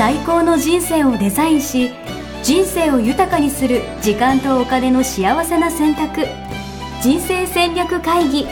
最高の人生をデザインし、人生を豊かにする時間とお金の幸せな選択、人生戦略会議。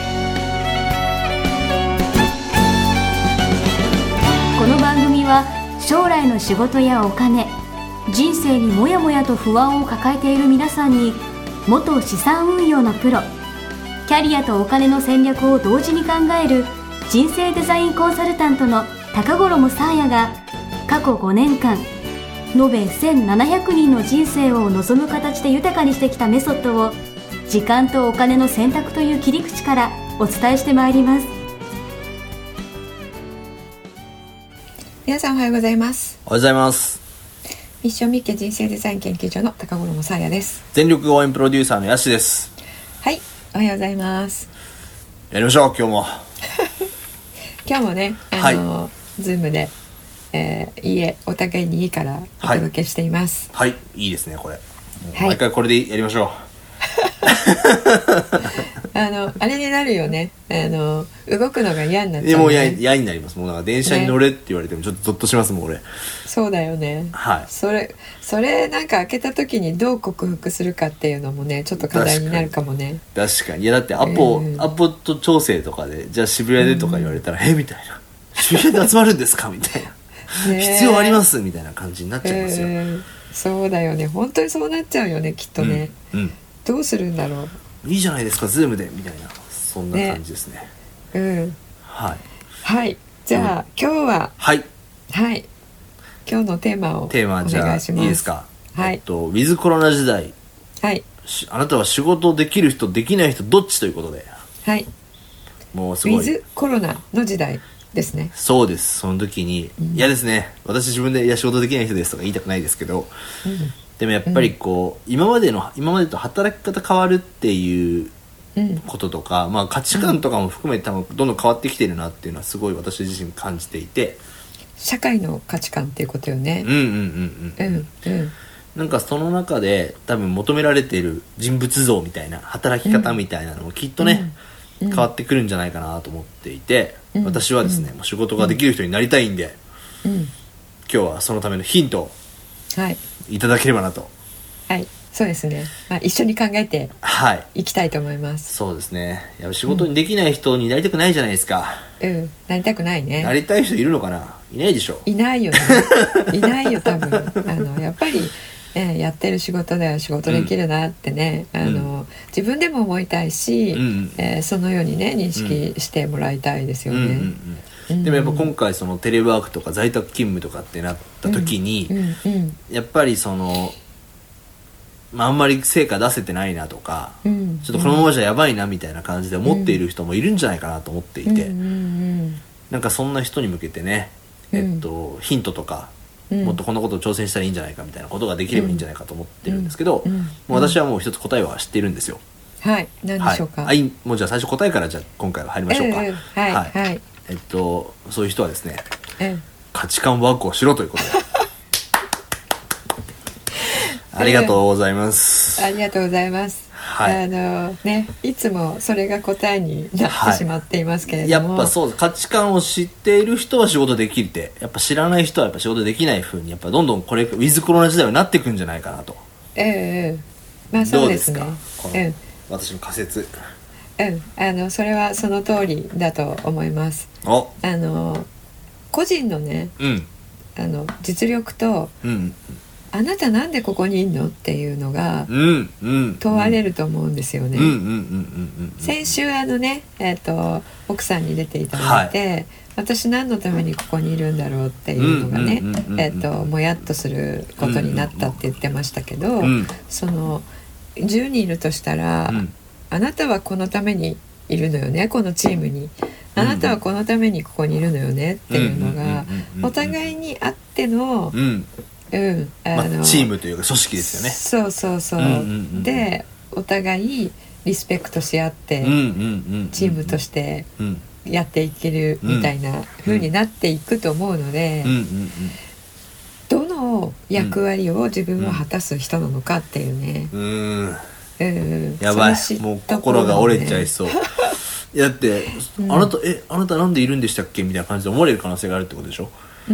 この番組は将来の仕事やお金、人生にもやもやと不安を抱えている皆さんに、元資産運用のプロ、キャリアとお金の戦略を同時に考える人生デザインコンサルタントの高頃もさあやが、過去5年間延べ1700人の人生を望む形で豊かにしてきたメソッドを、時間とお金の選択という切り口からお伝えしてまいります。 皆さんおはようございます。 おはようございます。 ミッションミッケ人生デザイン研究所の高頃もさあやです。 全力応援プロデューサーのやしです。 はい、おはようございます。 やりましょう、今日も今日もね、ズームで、お互いにいいからお届けしています。 はい、いいですね、これ。毎回これでやりましょう。 あれになるよね。動くのが嫌になっちゃう、ね。 もう嫌になります。もうなんか電車に乗れって言われてもちょっとゾッとしますもん、俺。 そうだよね。 はい。 それなんか開けた時にどう克服するかっていうのもね、ちょっと課題になるかもね。 確かに。いやだってアポと調整とかで、じゃあ渋谷でとか言われたら、みたいな。渋谷で集まるんですかみたいな。必要ありますみたいな感じになっちゃいますよ。 そうだよね。本当にそうなっちゃうよね、きっとね。どうするんだろう。いいじゃないですか、ズームでみたいな、そんな感じですね。はい。 じゃあ、今日は今日のテーマをお願いします。 じゃあいいですか。 ウィズコロナ時代、あなたは仕事できる人できない人どっちということで、もうすごいウィズコロナの時代ですね。 そうです。その時に、嫌ですね。私自分で仕事できない人ですとか言いたくないですけど、でもやっぱり今までと働き方変わるっていうこととか、価値観とかも含めて多分どんどん変わってきてるなっていうのはすごい私自身感じていて、 社会の価値観っていうことよね。 なんかその中で多分求められている人物像みたいな、働き方みたいなのもきっとね、変わってくるんじゃないかなと思っていて、私はですね、もう仕事ができる人になりたいんで、今日はそのためのヒントをいただければなと。 そうですね。一緒に考えていきたいと思います。 そうですね。やっぱ仕事にできない人になりたくないじゃないですか。 なりたくないね。 なりたい人いるのかな。いないでしょ。 いないよね。いないよ多分。やっぱり、やってる仕事では仕事できるなってね、自分でも思いたいし、そのようにね認識してもらいたいですよね。 でもやっぱ今回そのテレワークとか在宅勤務とかってなった時に、やっぱりそのあんまり成果出せてないなとか、ちょっとこのままじゃやばいなみたいな感じで思っている人もいるんじゃないかなと思っていて、なんかそんな人に向けてね、ヒントとか、もっとこんなことを挑戦したらいいんじゃないかみたいなことができればいいんじゃないかと思ってるんですけど、もう私はもう一つ答えは知っているんですよ。 何でしょうか。 もうじゃあ最初答えからじゃあ今回は入りましょうか。そういう人はですね、価値観ワークをしろということで。ありがとうございます。 ありがとうございます。いつもそれが答えになってしまっていますけれども、 やっぱそう、価値観を知っている人は仕事できるって、やっぱ知らない人はやっぱ仕事できない風にやっぱどんどんこれウィズコロナ時代はなっていくんじゃないかなと。 そうですね。 どうですか、私の仮説。 それはその通りだと思います。個人のね、実力と、あなたなんでここにいんのっていうのが問われると思うんですよね。先週奥さんに出ていただいて、私何のためにここにいるんだろうっていうのがね、もやっとすることになったって言ってましたけど、その10人いるとしたら、あなたはこのためにいるのよね、このチームに。あなたはこのためにここにいるのよねっていうのがお互いにあってのチームというか組織ですよね。 そうでお互いリスペクトし合ってチームとしてやっていけるみたいな風になっていくと思うので、どの役割を自分は果たす人なのかっていうね。 やばい、もう心が折れちゃいそう。だって、あなたなんでいるんでしたっけみたいな感じで思われる可能性があるってことでしょ。 うんうん、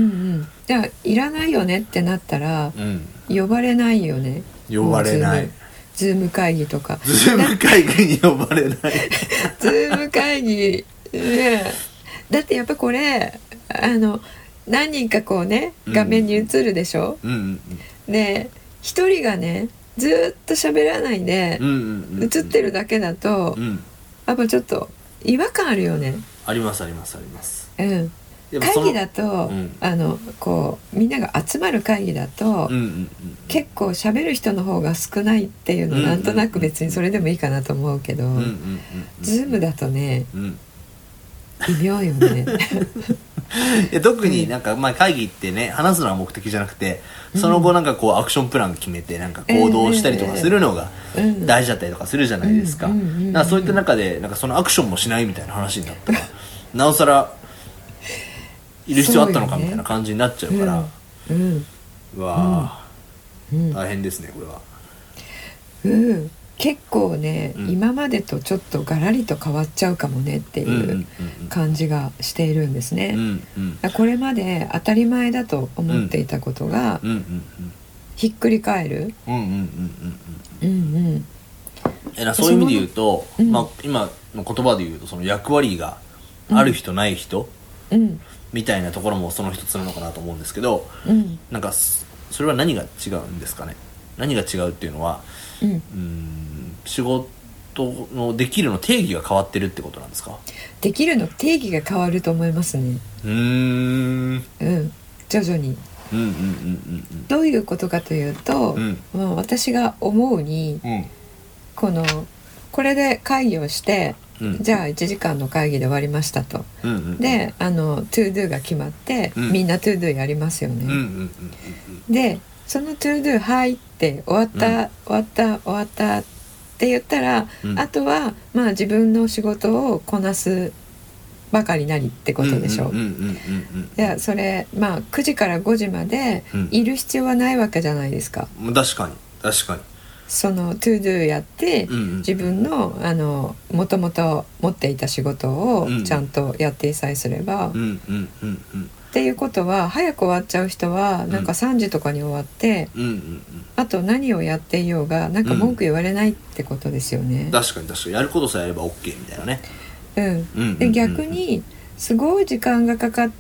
じゃあいらないよねってなったら、呼ばれないよね。 呼ばれない。 ズーム会議とか。 ズーム会議に呼ばれない。 ズーム会議、ね、だってやっぱこれ何人かこうね画面に映るでしょ、で一人がねずっと喋らないで映ってるだけだと、やっぱちょっと違和感あるよね。 ありますありますあります。 会議だと、こうみんなが集まる会議だと、結構喋る人の方が少ないっていうのなんとなく別にそれでもいいかなと思うけど、ズームだとね、微妙よね。 いや特になんか、会議ってね話すのは目的じゃなくて、その後なんかこうアクションプラン決めてなんか行動したりとかするのが大事だったりとかするじゃないですか。だからそういった中でなんかそのアクションもしないみたいな話になったらなおさらいる必要あったのかみたいな感じになっちゃうから、うわー、大変ですねこれは。 結構ね、今までとちょっとガラリと変わっちゃうかもねっていう感じがしているんですね。これまで当たり前だと思っていたことがひっくり返る。 そういう意味で言うと、今の言葉で言うとその役割がある人ない人、みたいなところもその一つなのかなと思うんですけど、なんかそれは何が違うんですかね。何が違うっていうのは、仕事のできるの定義が変わってるってことなんですか。 できるの定義が変わると思いますね。徐々に。どういうことかというと、私が思うに、これで会議をして、じゃあ1時間の会議で終わりましたと、でto do が決まって、みんな to do やりますよね。でその to do はいって終わったって言ったら、あとは自分の仕事をこなすばかりなりってことでしょ。いやそれ9時から5時までいる必要はないわけじゃないですか。 確かに確かに。 その to do やって、自分のもともと持っていた仕事をちゃんとやってさえすれば、っていうことは早く終わっちゃう人はなんか3時とかに終わって、あと何をやっていようがなんか文句言われないってことですよね。 確かに確かに。やることさえやれば OK みたいなね。 で逆にすごい時間がかかって、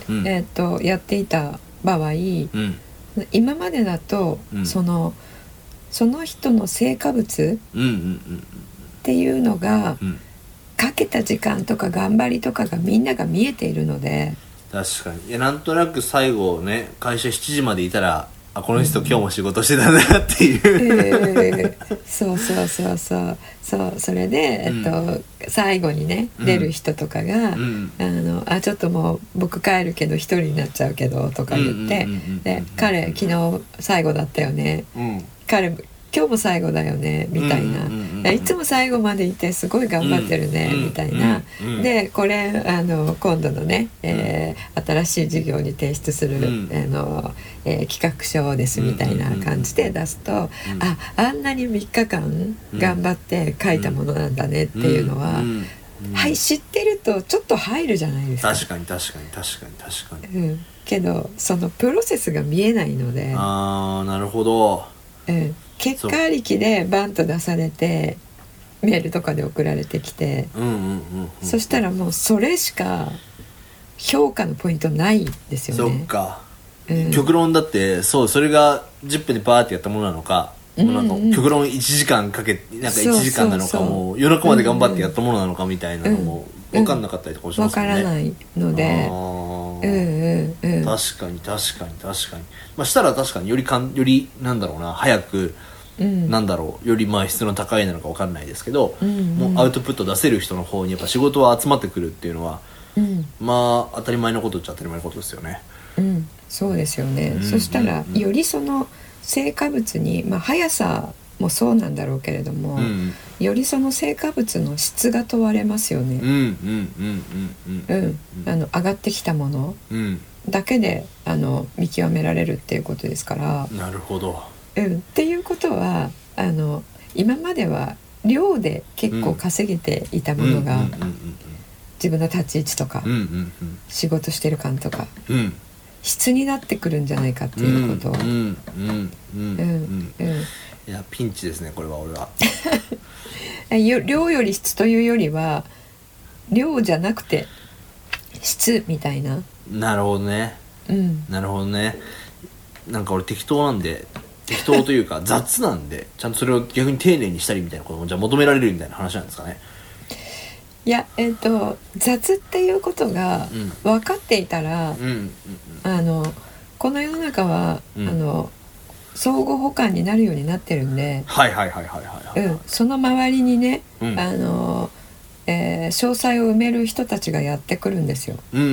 やっていた場合、今までだと、その人の成果物っていうのが、かけた時間とか頑張りとかがみんなが見えているので。 確かに。いやなんとなく最後ね会社7時までいたらこの人今日も仕事してたんだなっていう、 そうそれで、最後にね出る人とかが、ちょっともう僕帰るけど一人になっちゃうけどとか言って、で彼昨日最後だったよね、彼今日も最後だよねみたいな、いつも最後までいてすごい頑張ってるね、みたいな、でこれ今度のね、新しい事業に提出する、企画書ですみたいな感じで出すと、あんなに3日間頑張って書いたものなんだねっていうのは、はい知ってるとちょっと入るじゃないですか。 確かに、 けどそのプロセスが見えないので。 なるほど。 結果ありきでバンと出されてメールとかで送られてきて、そしたらもうそれしか評価のポイントないですよね。 そっか、極論だってそれが10分でバーってやったものなのか、なんか極論1時間かけなんか1時間なのか、もう夜中まで頑張ってやったものなのかみたいなのも分かんなかったりとかしますよね。 分からないので、 確かに、したら確かによりなんだろうな、早く、なんだろう、より質の高いなのか分かんないですけど、もうアウトプット出せる人の方にやっぱ仕事は集まってくるっていうのは、当たり前のことっちゃ当たり前のことですよね。 そうですよね。そしたらよりその成果物に、速さもそうなんだろうけれども、よりその成果物の質が問われますよね。上がってきたものだけで見極められるっていうことですから。 なるほど。 っていうことは今までは量で結構稼げていたものが、自分の立ち位置とか、仕事してる感とか、 質になってくるんじゃないかっていうこと。 いやピンチですねこれは俺は。 量より質というよりは量じゃなくて質みたいな。 なるほどね、なるほどね。なんか俺適当なんで、適当というか雑なんでちゃんとそれを逆に丁寧にしたりみたいなこともじゃあ求められるみたいな話なんですかね。 いや雑っていうことが分かっていたら、この世の中は、相互補完になるようになってるんで、その周りにね、詳細を埋める人たちがやってくるんですよ。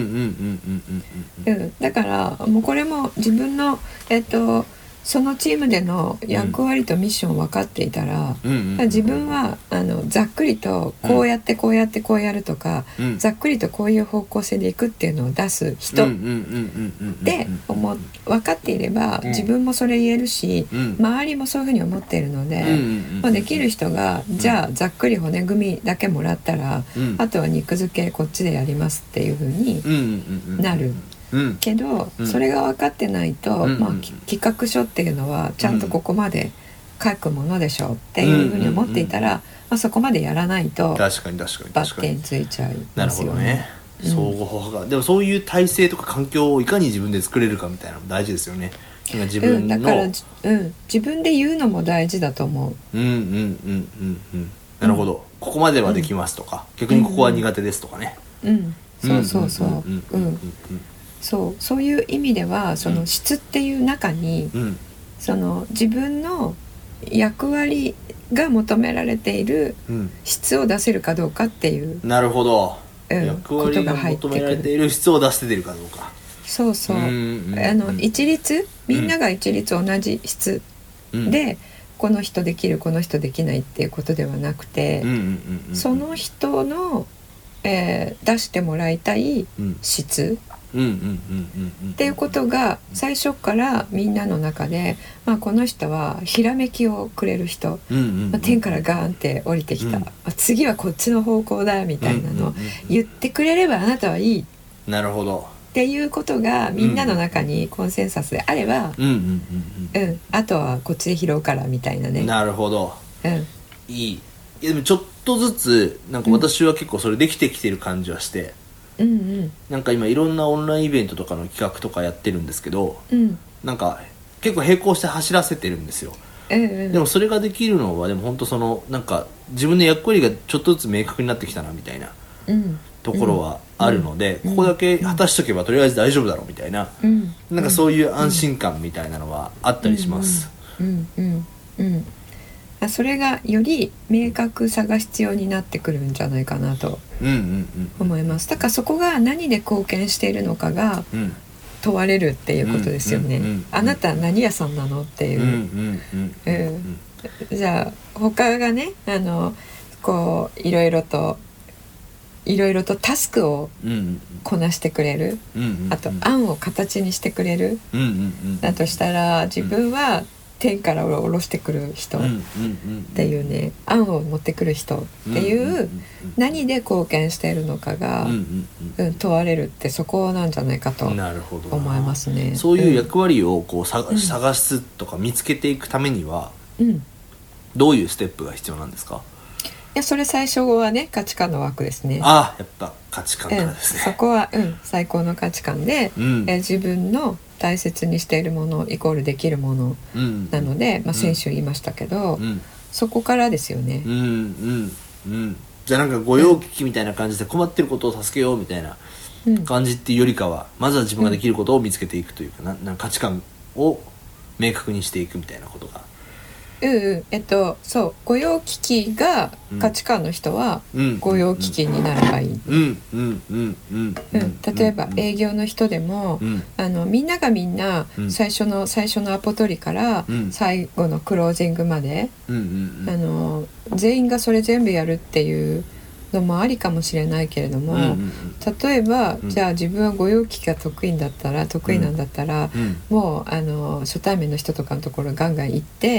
だからもうこれも自分のそのチームでの役割とミッションを分かっていたら、自分はざっくりとこうやってこうやってこうやるとか、ざっくりとこういう方向性でいくっていうのを出す人で分かっていれば、自分もそれ言えるし、周りもそういうふうに思っているので、できる人がじゃあざっくり骨組みだけもらったら、あとは肉付けこっちでやりますっていうふうになる。けど、それが分かってないと、企画書っていうのはちゃんとここまで書くものでしょうっていうふうに思っていたら、そこまでやらないとバッテンついちゃいますよね。 相互補完、でもそういう体制とか環境をいかに自分で作れるかみたいなのも大事ですよね。自分の、 だから、自分で言うのも大事だと思う。 なるほど、ここまではできますとか、逆にここは苦手ですとかね。 そういう意味ではその質っていう中に、その自分の役割が求められている質を出せるかどうかっていう、 なるほど、役割が求められている質を出せてるかどうか。一律、みんなが一律同じ質で、この人できるこの人できないっていうことではなくて、その人の、出してもらいたい質っていうことが最初からみんなの中で、この人はひらめきをくれる人、天からガーンって降りてきた、次はこっちの方向だみたいなのを言ってくれればあなたはいい、 なるほどっていうことがみんなの中にコンセンサスであれば、あとはこっちで拾うからみたいなね。 なるほど、いいやでもちょっとずつなんか私は結構それできてきてる感じはして、なんか今いろんなオンラインイベントとかの企画とかやってるんですけど、なんか結構並行して走らせてるんですよ。でもそれができるのはでも本当そのなんか自分の役割がちょっとずつ明確になってきたなみたいなところはあるので、ここだけ果たしとけばとりあえず大丈夫だろうみたいな、なんかそういう安心感みたいなのはあったりします。 それがより明確さが必要になってくるんじゃないかなと思います。だからそこが何で貢献しているのかが問われるっていうことですよね。あなた何屋さんなのっていう。じゃあ他がねこういろいろとタスクをこなしてくれる、あと案を形にしてくれる、だとしたら自分は天から下ろしてくる人っていうね、案を持ってくる人っていう何で貢献しているのかが問われるって、そこなんじゃないかと思いますね。 そういう役割をこう探すとか見つけていくためにはどういうステップが必要なんですか？ いや、それ最初はね価値観の枠ですね。 やっぱ価値観からですね。 そこは、最高の価値観で、自分の大切にしているものイコールできるものなので、先週言いましたけど、そこからですよね。 じゃあなんか御用聞きみたいな感じで困ってることを助けようみたいな感じっていうよりかは、まずは自分ができることを見つけていくというか、なんか価値観を明確にしていくみたいなことが。 そう、御用聞きが価値観の人は御用聞きになればいい。例えば営業の人でも、みんながみんな最初のアポ取りから最後のクロージングまで、全員がそれ全部やるっていうのもありかもしれないけれども、例えば、じゃあ自分は御用聞きが得意なんだったら、もう初対面の人とかのところガンガン行って、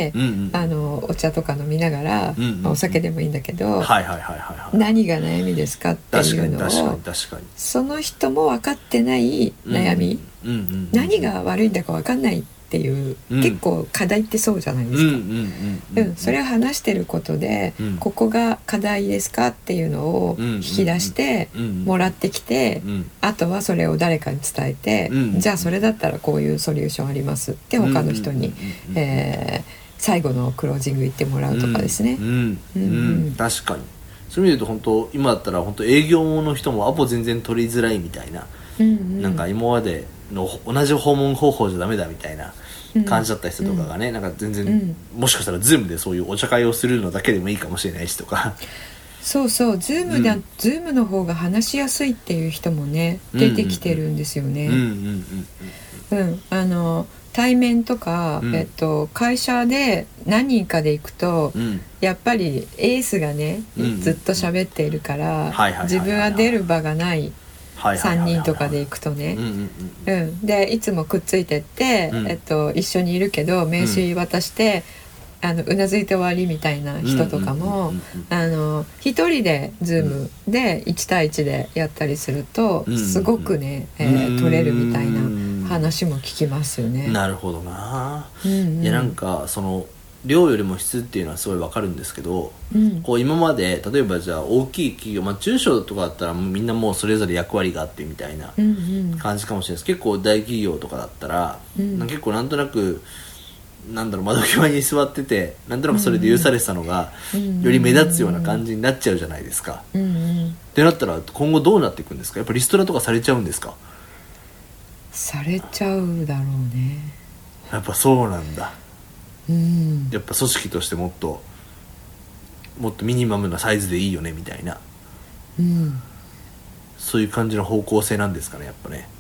お茶とか飲みながら、お酒でもいいんだけど、何が悩みですかっていうのをその人も分かってない悩み、何が悪いんだか分かんないっていう、結構課題ってそうじゃないですか。それを話してることで、ここが課題ですかっていうのを引き出してもらってきて、あとはそれを誰かに伝えて、じゃあそれだったらこういうソリューションありますって他の人に、最後のクロージング言ってもらうとかですね。 確かにそういう意味で言うと本当今だったら本当営業の人もアポ全然取りづらいみたいな、なんか今までの同じ訪問方法じゃダメだみたいな感じだった人とかがね、なんか全然、もしかしたら Zoom でそういうお茶会をするのだけでもいいかもしれないしとか。 そうそう、Zoom の方が話しやすいっていう人もね出てきてるんですよね。対面とか、会社で何人かで行くと、やっぱりエースがね、ずっと喋っているから、自分は出る場がない3人とかで行くとね、でいつもくっついてって、一緒にいるけど名刺渡して、うなずいて終わりみたいな人とかも、一人で Zoom で1対1でやったりすると、すごくね、取れるみたいな話も聞きますよね。 なるほどな。いやなんかその量よりも質っていうのはすごいわかるんですけど、こう今まで例えばじゃあ大きい企業、中小とかだったらみんなもうそれぞれ役割があってみたいな感じかもしれないです。結構大企業とかだったら、結構なんとなく窓際に座っててなんとなくそれで許されてたのが、より目立つような感じになっちゃうじゃないですか。ってなったら今後どうなっていくんですか？やっぱリストラとかされちゃうんですか？ されちゃうだろうね。 やっぱそうなんだ。やっぱ組織としてもっとミニマムなサイズでいいよねみたいな、そういう感じの方向性なんですかね、やっぱね。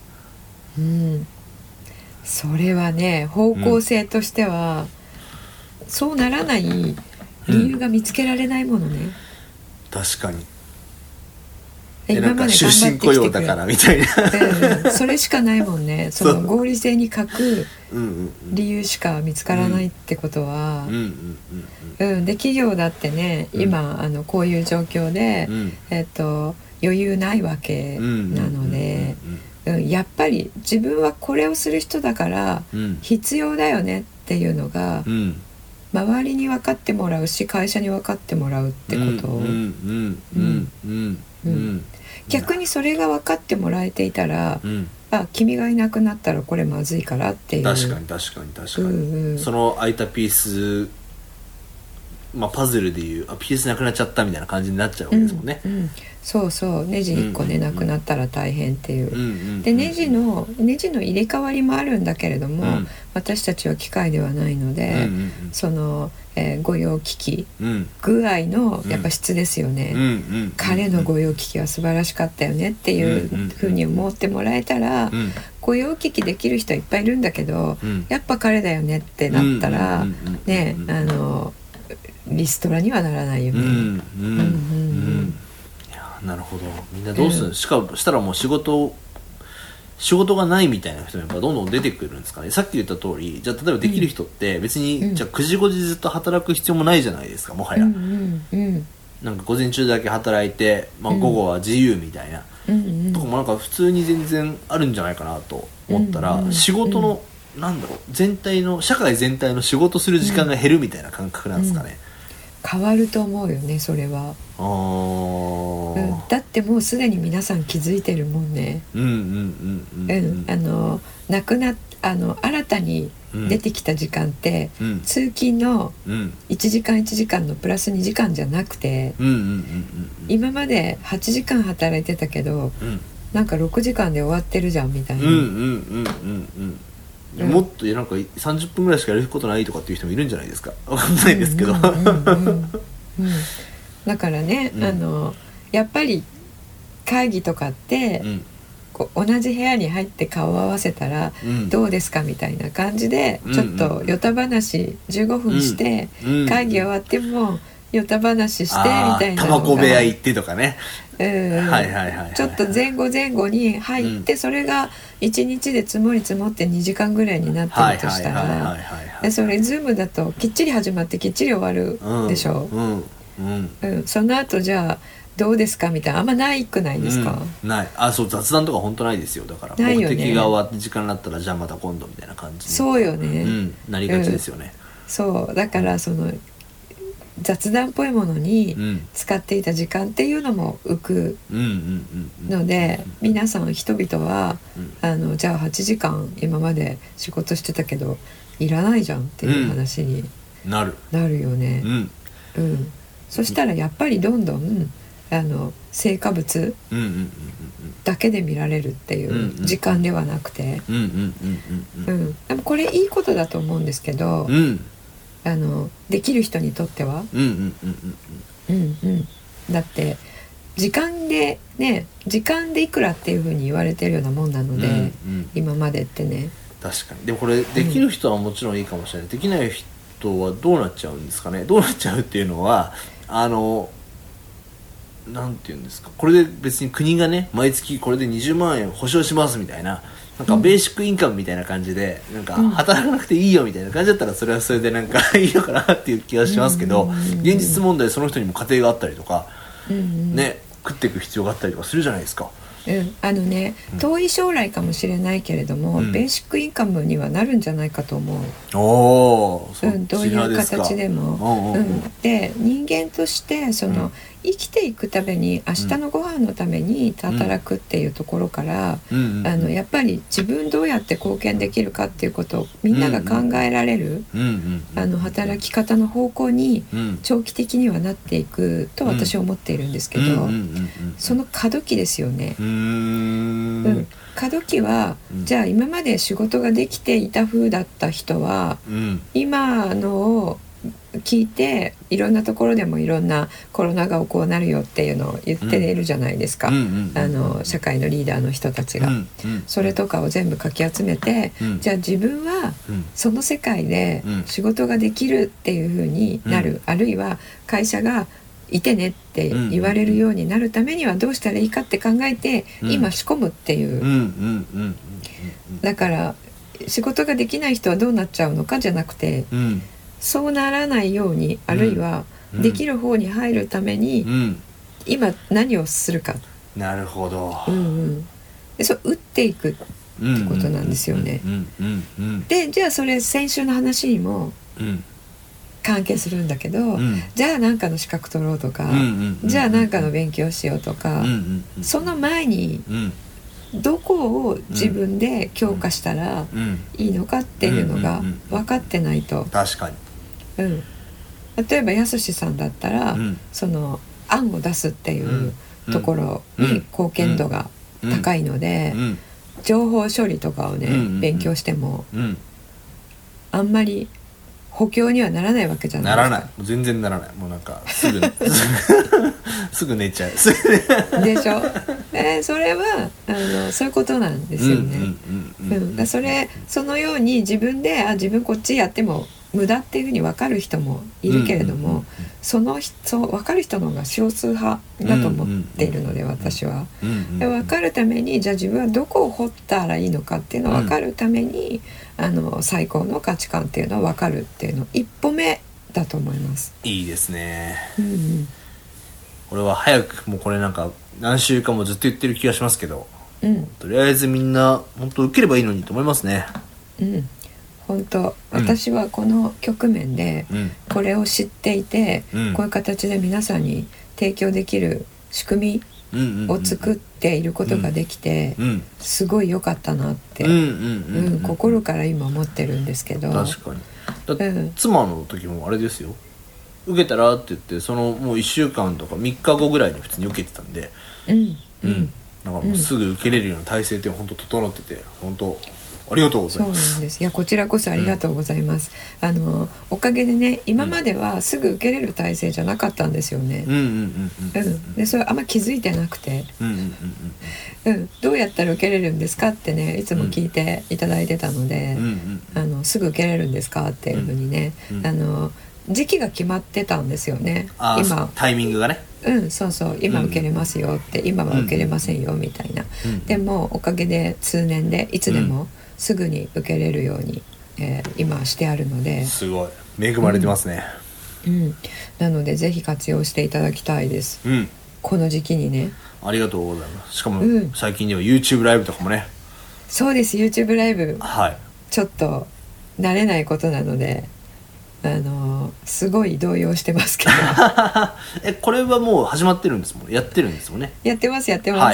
それはね、方向性としては、そうならない理由が見つけられないものね。 確かに。なんか終身雇用だからみたいな、 それしかないもんね。その合理性に欠く理由しか見つからないってことは、で企業だってね、今こういう状況で、余裕ないわけなので、やっぱり自分はこれをする人だから必要だよねっていうのが、周りに分かってもらうし、会社に分かってもらうってことを、逆にそれが分かってもらえていたら、君がいなくなったらこれまずいからっていう。 確かに、その空いたピース、パズルでいうピースなくなっちゃったみたいな感じになっちゃうわけですもんね。 そうそう、ネジ1個ね、なくなったら大変っていう。でネジの入れ替わりもあるんだけれども、私たちは機械ではないので、その、御用機器、具合のやっぱ質ですよね。彼の御用機器は素晴らしかったよねっていうふうに思ってもらえたら、御用機器できる人はいっぱいいるんだけど、やっぱ彼だよねってなったら、ね、リストラにはならないよね。 なるほど。みんなどうする、したらもう仕事がないみたいな人もやっぱどんどん出てくるんですかね。さっき言った通り、じゃあ例えばできる人って別に、じゃあ9時5時ずっと働く必要もないじゃないですか、もはや。なんか午前中だけ働いて、午後は自由みたいな、とかもなんか普通に全然あるんじゃないかなと思ったら、仕事の社会全体の仕事する時間が減るみたいな感覚なんですかね。 変わると思うよね、それは。だってもうすでに皆さん気づいてるもんね。新たに出てきた時間って、通勤の1時間1時間のプラス2時間じゃなくて、今まで8時間働いてたけど、なんか6時間で終わってるじゃんみたいな。もっとなんか30分ぐらいしかやることないとかっていう人もいるんじゃないですか。わかんないですけど。だからね、やっぱり会議とかって、こう同じ部屋に入って顔を合わせたらどうですかみたいな感じで、ちょっとよた話15分して、会議終わってもヨタ話してみたいなのが、 タバコ部屋行ってとかね、 ちょっと前後に入って、それが1日で積もり積もって2時間ぐらいになってるとしたら、それズームだときっちり始まってきっちり終わるでしょ、その後じゃあどうですかみたいなあんまないくないですか、 ない。そう雑談とか本当ないですよ。だから目的が終わって時間になったらじゃあまた今度みたいな感じにそうよね、 なりがちですよね、 そうだからその雑談っぽいものに使っていた時間っていうのも浮くので、皆さん人々はじゃあ8時間今まで仕事してたけどいらないじゃんっていう話になるよね、そしたらやっぱりどんどん成果物だけで見られるっていう時間ではなくて、でもこれいいことだと思うんですけど、できる人にとっては、だって時間でいくらっていう風に言われてるようなもんなので、今までってね。 確かに。でもこれできる人はもちろんいいかもしれない、できない人はどうなっちゃうんですかね。どうなっちゃうっていうのはなんていうんですか、これで別に国がね毎月これで20万円保証しますみたいな、なんかベーシックインカムみたいな感じで、なんか働かなくていいよみたいな感じだったらそれはそれでなんかいいのかなっていう気がしますけど、現実問題その人にも家庭があったりとか、ね、食っていく必要があったりとかするじゃないですか。 遠い将来かもしれないけれども、ベーシックインカムにはなるんじゃないかと思う。どういう形でも、で人間としてその、生きていくために明日のご飯のために働くっていうところから、やっぱり自分どうやって貢献できるかっていうことをみんなが考えられる働き方の方向に長期的にはなっていくと私は思っているんですけど、その過渡期ですよね。過渡期は、じゃあ今まで仕事ができていた風だった人は、今のを聞いていろんなところでもいろんなコロナがこうなるよっていうのを言っているじゃないですか、社会のリーダーの人たちが、それとかを全部かき集めて、じゃあ自分はその世界で仕事ができるっていう風になる、あるいは会社がいてねって言われるようになるためにはどうしたらいいかって考えて、今仕込むっていう、だから仕事ができない人はどうなっちゃうのかじゃなくて、そうならないように、あるいはできる方に入るために、今何をするか。 なるほど。 でそう打っていくってことなんですよね。でじゃあそれ先週の話にも関係するんだけど、じゃあ何かの資格取ろうとか、じゃあ何かの勉強しようとか、その前にどこを自分で強化したらいいのかっていうのが分かってないと。 確かに。 例えばやすしさんだったら、その案を出すっていうところに貢献度が高いので、情報処理とかをね、勉強してもあんまり補強にはならないわけじゃないですか。 ならない。全然ならない。もうなんかすぐ寝ちゃうでしょ。それはそういうことなんですよね。そのように自分で自分こっちやっても無駄っていうふうに分かる人もいるけれども、そう分かる人の方が少数派だと思っているので、私は。分かるためにじゃあ自分はどこを掘ったらいいのかっていうのを分かるために、最高の価値観っていうのを分かるっていうの一歩目だと思います。 いいですね。俺は早く、もうこれなんか何週間もずっと言ってる気がしますけど、とりあえずみんな本当受ければいいのにと思いますね。 本当、私はこの局面でこれを知っていて、こういう形で皆さんに提供できる仕組みを作っていることができて、すごい良かったなって心から今思ってるんですけど。 確かに。妻の時もあれですよ、受けたらって言ってそのもう1週間とか3日後ぐらいに普通に受けてたんで、だからもうすぐ受けれるような体制って本当整ってて、本当ありがとうございます。 そうなんです。いや、こちらこそありがとうございます。おかげでね、今まではすぐ受けれる体制じゃなかったんですよね。でそれあんま気づいてなくて、どうやったら受けれるんですかってね、いつも聞いていただいてたので、すぐ受けれるんですかっていうふうにね、 時期が決まってたんですよね。 今タイミングがね、 そうそう今受けれますよって、今は受けれませんよみたいな、でもおかげで通年でいつでもすぐに受けれるように、今してあるので、 すごい恵まれてますね。 なのでぜひ活用していただきたいです、この時期にね。 ありがとうございます。しかも、最近では YouTube ライブとかもね。 そうです YouTube ライブ、ちょっと慣れないことなので、すごい動揺してますけどこれはもう始まってるんですもん、やってるんですもんね。 やってます火木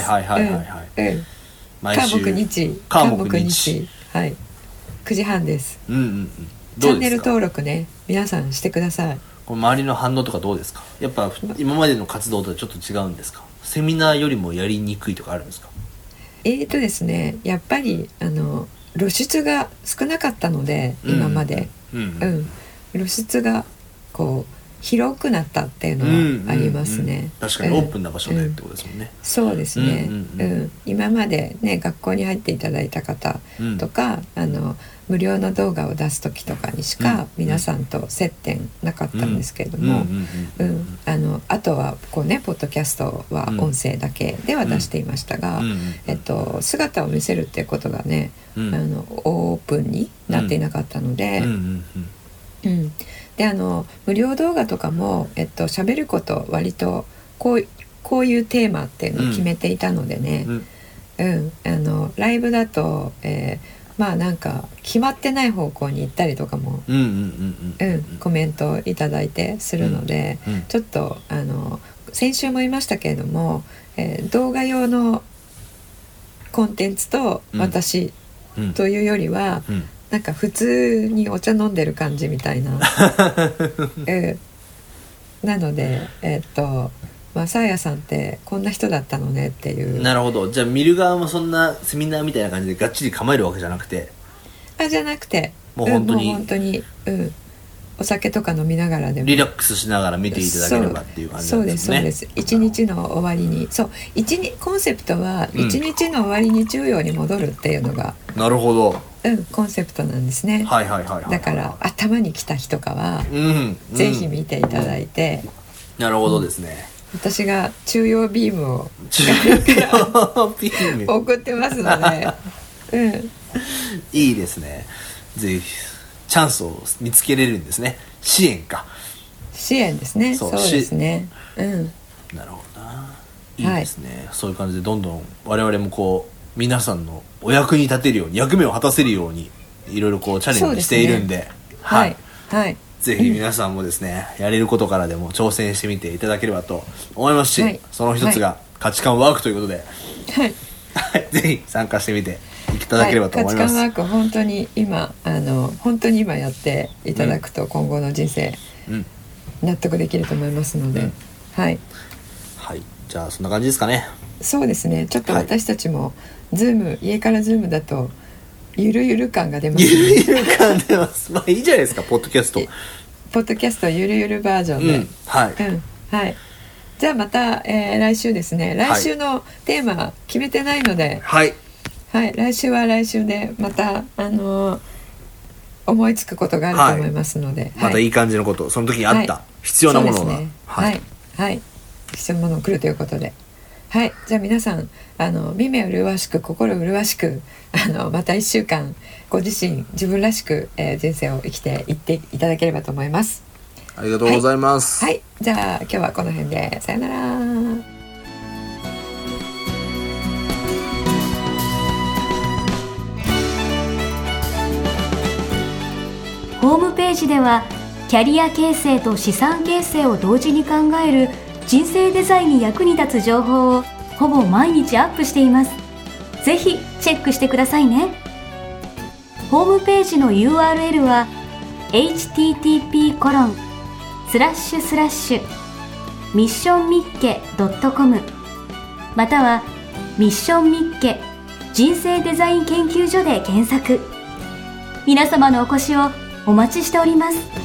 日はい、9時半です、チャンネル登録ね皆さんしてください。 この周りの反応とかどうですか？やっぱ今までの活動とはちょっと違うんですか？セミナーよりもやりにくいとかあるんですか？ ですね、やっぱり露出が少なかったので今まで、露出がこう広くなったっていうのはありますね。 確かにオープンな場所でってことですもんね。 そうですね、今までね学校に入っていただいた方とか、無料の動画を出す時とかにしか皆さんと接点なかったんですけれども、あとはこうねポッドキャストは音声だけでは出していましたが、姿を見せるっていうことがね、オープンになっていなかったので、で無料動画とかも喋ること割とこういうテーマっていうのを決めていたのでね、ライブだと、まあなんか決まってない方向に行ったりとかもコメントいただいてするので、ちょっと先週も言いましたけれども、動画用のコンテンツと私というよりは、なんか普通にお茶飲んでる感じみたいななのでさあやさんってこんな人だったのねっていう。 なるほど。じゃあ見る側もそんなセミナーみたいな感じでがっちり構えるわけじゃなくて、 じゃなくてもう本当に、 お酒とか飲みながらでもリラックスしながら見ていただければっていう感じなんですね。 そうです一日の終わりにコンセプトは一日の終わりに中陽に戻るっていうのが、 なるほど、 コンセプトなんですね。だから頭に来た日とかは、ぜひ見ていただいて、 なるほどですね。 私が中陽ビームを送ってますので、 いいですね。ぜひチャンスを見つけれるんですね。支援ですね。そうですね。 なるほどな。いいですね。そういう感じでどんどん我々もこう皆さんのお役に立てるように、役目を果たせるようにいろいろこうチャレンジしているんで、ぜひ皆さんもですね、やれることからでも挑戦してみていただければと思いますし、その一つが価値観ワークということで、ぜひ参加してみていただければと思います。 価値観ワーク本当に今やっていただくと今後の人生、納得できると思いますので、 じゃあそんな感じですかね。 そうですね。ちょっと私たちも家からズームだとゆるゆる感が出ます。 ゆるゆる感出ます。まあいいじゃないですか、ポッドキャストゆるゆるバージョンで、じゃあまた、来週ですね。来週のテーマ決めてないので、来週は来週でまた思いつくことがあると思いますので、 またいい感じのこと、その時にあった必要なものが、 必要なものが来るということで、じゃあ皆さん耳を麗しく心麗しくまた1週間ご自身自分らしく、人生を生きていっていただければと思います。 ありがとうございます。 じゃあ今日はこの辺でさよなら。 ホームページではキャリア形成と資産形成を同時に考える人生デザインに役に立つ情報をほぼ毎日アップしています。ぜひチェックしてくださいね。ホームページの URL は http://missionmicke.com またはミッションミッケ人生デザイン研究所で検索。皆様のお越しをお待ちしております。